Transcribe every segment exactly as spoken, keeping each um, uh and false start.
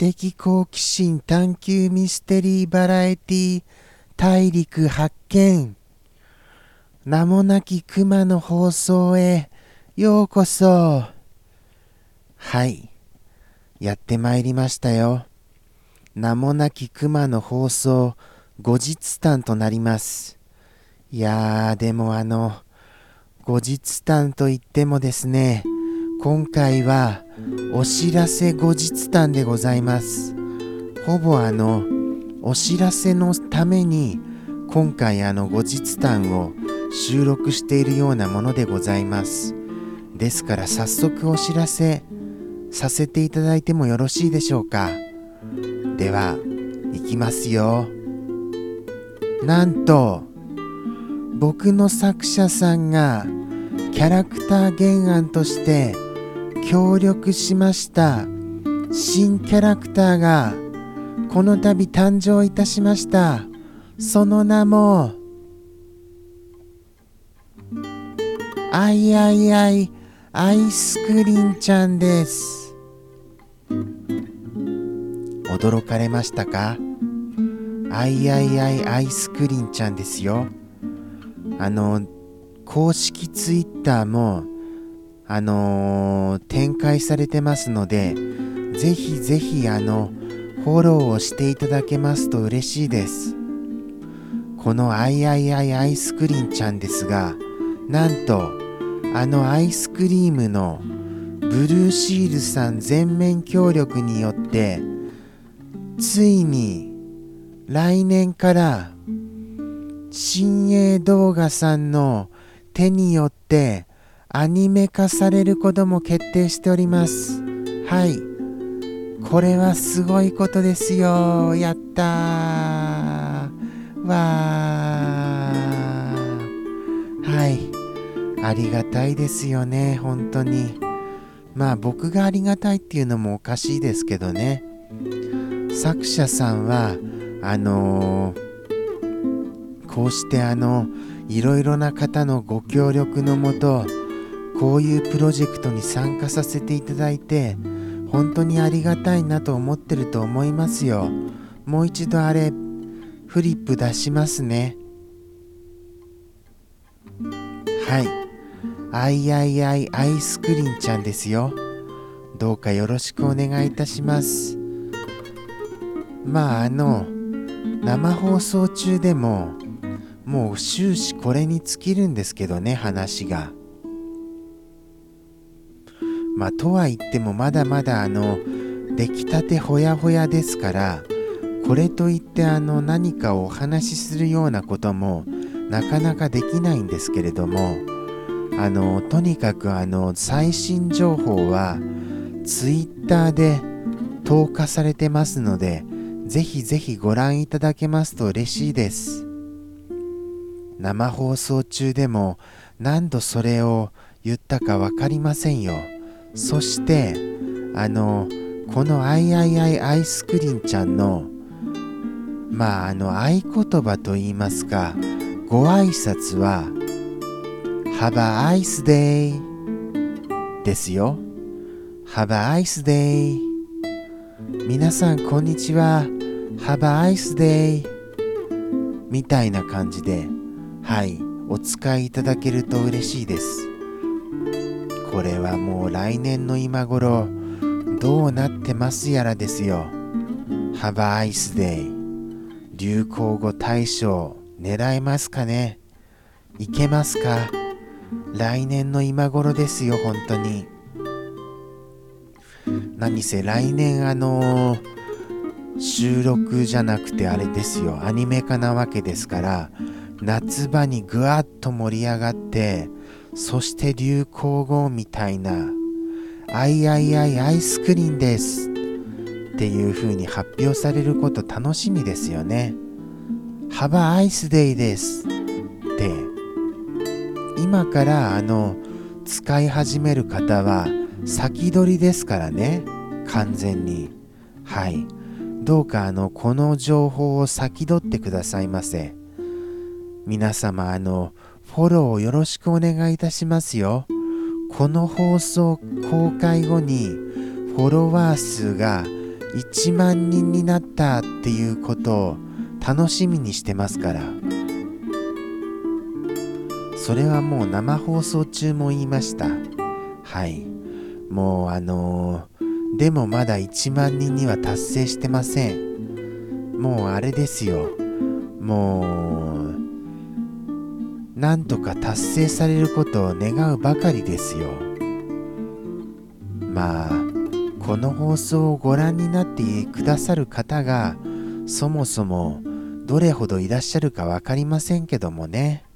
的好奇心探求ミステリーバラエティ大陸発見。名もなき熊の放送へようこそ。はい、やってまいりましたよ。名もなき熊の放送後日談となります。いやーでもあの後日談といってもですね、今回はお知らせ後日談でございます。ほぼあのお知らせのために今回あの後日談を収録しているようなものでございます。ですから早速お知らせさせていただいてもよろしいでしょうか。ではいきますよ。なんと僕の作者さんがキャラクター原案として協力しました新キャラクターがこの度誕生いたしました。その名もあいあいあいアイスクリンちゃんです。驚かれましたか？あいあいあいアイスクリンちゃんですよ。あの公式ツイッターもあのー、展開されてますので、ぜひぜひあのフォローをしていただけますと嬉しいです。このあいあいあいアイスクリンちゃんですが、なんとあのアイスクリームのブルーシールさん全面協力によってついに来年から新鋭動画さんの手によってアニメ化されることも決定しております。はい、これはすごいことですよ。やったーわー。はい、ありがたいですよね、本当に。まあ僕がありがたいっていうのもおかしいですけどね。作者さんはあのー、こうしてあのいろいろな方のご協力のもとこういうプロジェクトに参加させていただいて本当にありがたいなと思ってると思いますよ。もう一度あれフリップ出しますね。はい、あいあいあいアイスクリンちゃんですよ。どうかよろしくお願いいたします。まああの生放送中でももう終始これに尽きるんですけどね、話が。まあとは言ってもまだまだあの出来たてほやほやですから、これといってあの何かをお話しするようなこともなかなかできないんですけれども、あのとにかくあの最新情報はツイッターで投下されてますので、ぜひぜひご覧いただけますと嬉しいです。生放送中でも何度それを言ったか分かりませんよ。そしてあのこのあいあいあいアイスクリンちゃんのまああの合言葉といいますかご挨拶は Have a nice day ですよ。 Have a nice day、 皆さんこんにちは Have a nice day みたいな感じで、はい、お使いいただけると嬉しいです。これはもう来年の今頃どうなってますやらですよ。 Have a nice day 流行語大賞狙えますかね。いけますか。来年の今頃ですよ、本当に。何せ来年あのー、収録じゃなくてあれですよ、アニメ化なわけですから、夏場にぐわっと盛り上がって、そして流行語みたいなあいあいあいアイスクリーンですっていう風に発表されること楽しみですよね。Have a nice dayですって今からあの使い始める方は先取りですからね、完全に。はい、どうかあのこの情報を先取ってくださいませ。皆様あのフォローをよろしくお願いいたしますよ。この放送公開後にフォロワー数がいちまんにんになったっていうことを楽しみにしてますから。それはもう生放送中も言いました。はい。もうあのー、でもまだいちまんにんには達成してません。もうあれですよ。もうなんとか達成されることを願うばかりですよ。まあこの放送をご覧になってくださる方がそもそもどれほどいらっしゃるか分かりませんけどもね。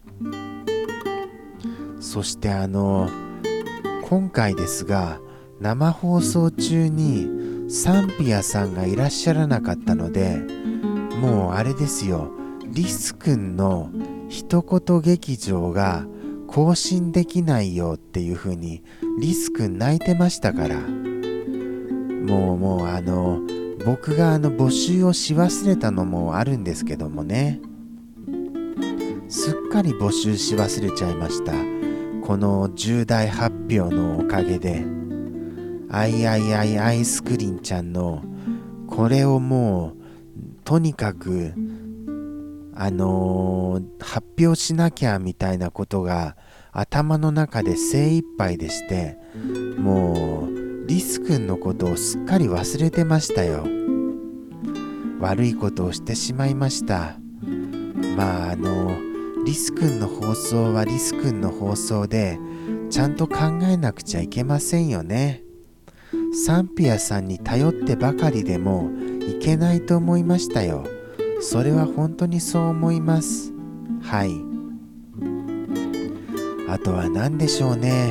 そしてあの今回ですが、生放送中にサンピアさんがいらっしゃらなかったので、もうあれですよ、リスくんの一言劇場が更新できないよっていう風にリスくん泣いてましたから、もうもうあの僕があの募集をし忘れたのもあるんですけどもね、すっかり募集し忘れちゃいました。この重大発表のおかげで、アイアイアイアイスクリンちゃんのこれをもうとにかくあのー、発表しなきゃみたいなことが頭の中で精一杯でして、もうリスくんのことをすっかり忘れてましたよ。悪いことをしてしまいました。まああのーリスくんの放送はリスくんの放送でちゃんと考えなくちゃいけませんよね。サンピアさんに頼ってばかりでもいけないと思いましたよ。それは本当にそう思います。はい。あとは何でしょうね。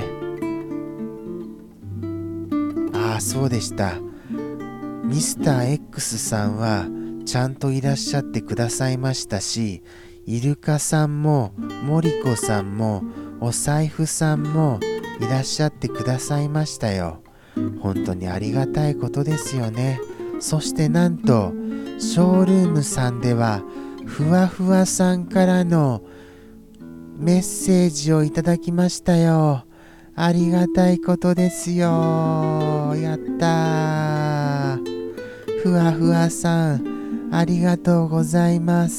ああ、そうでした。ミスター X さんはちゃんといらっしゃってくださいましたし、イルカさんもモリコさんもお財布さんもいらっしゃってくださいましたよ。本当にありがたいことですよね。そしてなんとショールームさんではふわふわさんからのメッセージをいただきましたよ。ありがたいことですよ。やったー。ふわふわさんありがとうございます。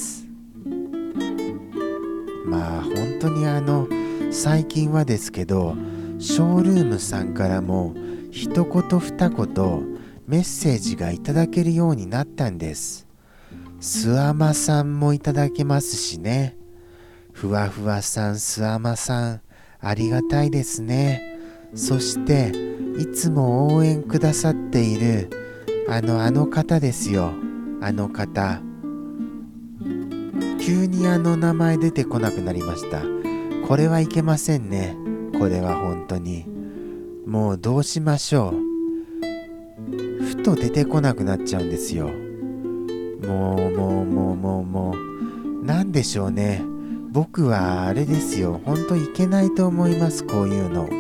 まあ本当にあの最近はですけど、ショールームさんからも一言二言メッセージがいただけるようになったんです。スアマさんもいただけますしね。ふわふわさん、スアマさんありがたいですね。そしていつも応援くださっているあのあの方ですよ。あの方、急にあの名前出てこなくなりました。これはいけませんね。これは本当にもうどうしましょう。ふと出てこなくなっちゃうんですよ。もうもうもうもうもうなんでしょうね。僕はあれですよ、本当いけないと思います。こういうの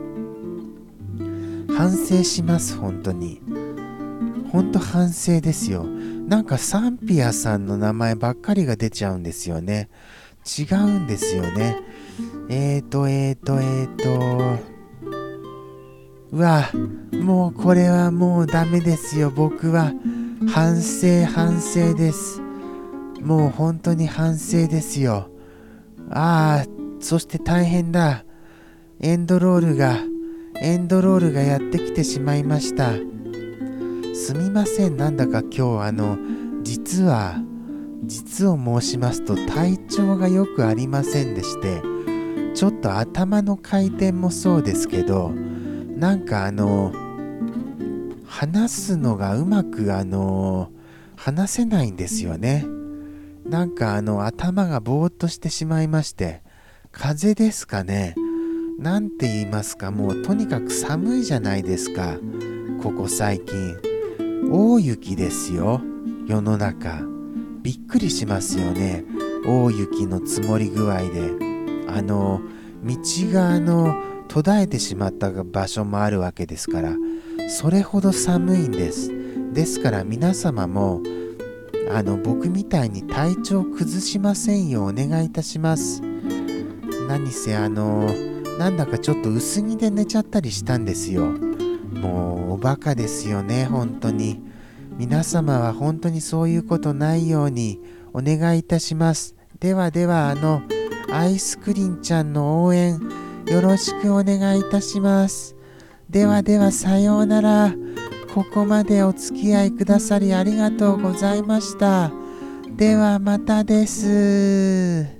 反省します。本当に本当反省ですよ。なんかサンピアさんの名前ばっかりが出ちゃうんですよね。違うんですよね。えーとえーとえーとうわ、もうこれはもうダメですよ。僕は反省反省です。もう本当に反省ですよ。ああ、そして大変だ。エンドロールがエンドロールがやってきてしまいました。すみません。なんだか今日あの実は実を申しますと体調がよくありませんでして、ちょっと頭の回転もそうですけど、なんかあの話すのがうまくあの話せないんですよね。なんかあの頭がぼーっとしてしまいまして、風邪ですかね。なんて言いますか、もうとにかく寒いじゃないですか。ここ最近大雪ですよ。世の中びっくりしますよね。大雪の積もり具合であの道があの途絶えてしまった場所もあるわけですから、それほど寒いんです。ですから皆様もあの僕みたいに体調崩しませんようお願いいたします。何せあのなんだかちょっと薄着で寝ちゃったりしたんですよ。もうおバカですよね。本当に皆様は本当にそういうことないようにお願いいたします。ではでは、あのアイスクリンちゃんの応援よろしくお願いいたします。ではでは、さようなら。ここまでお付き合いくださりありがとうございました。ではまたです。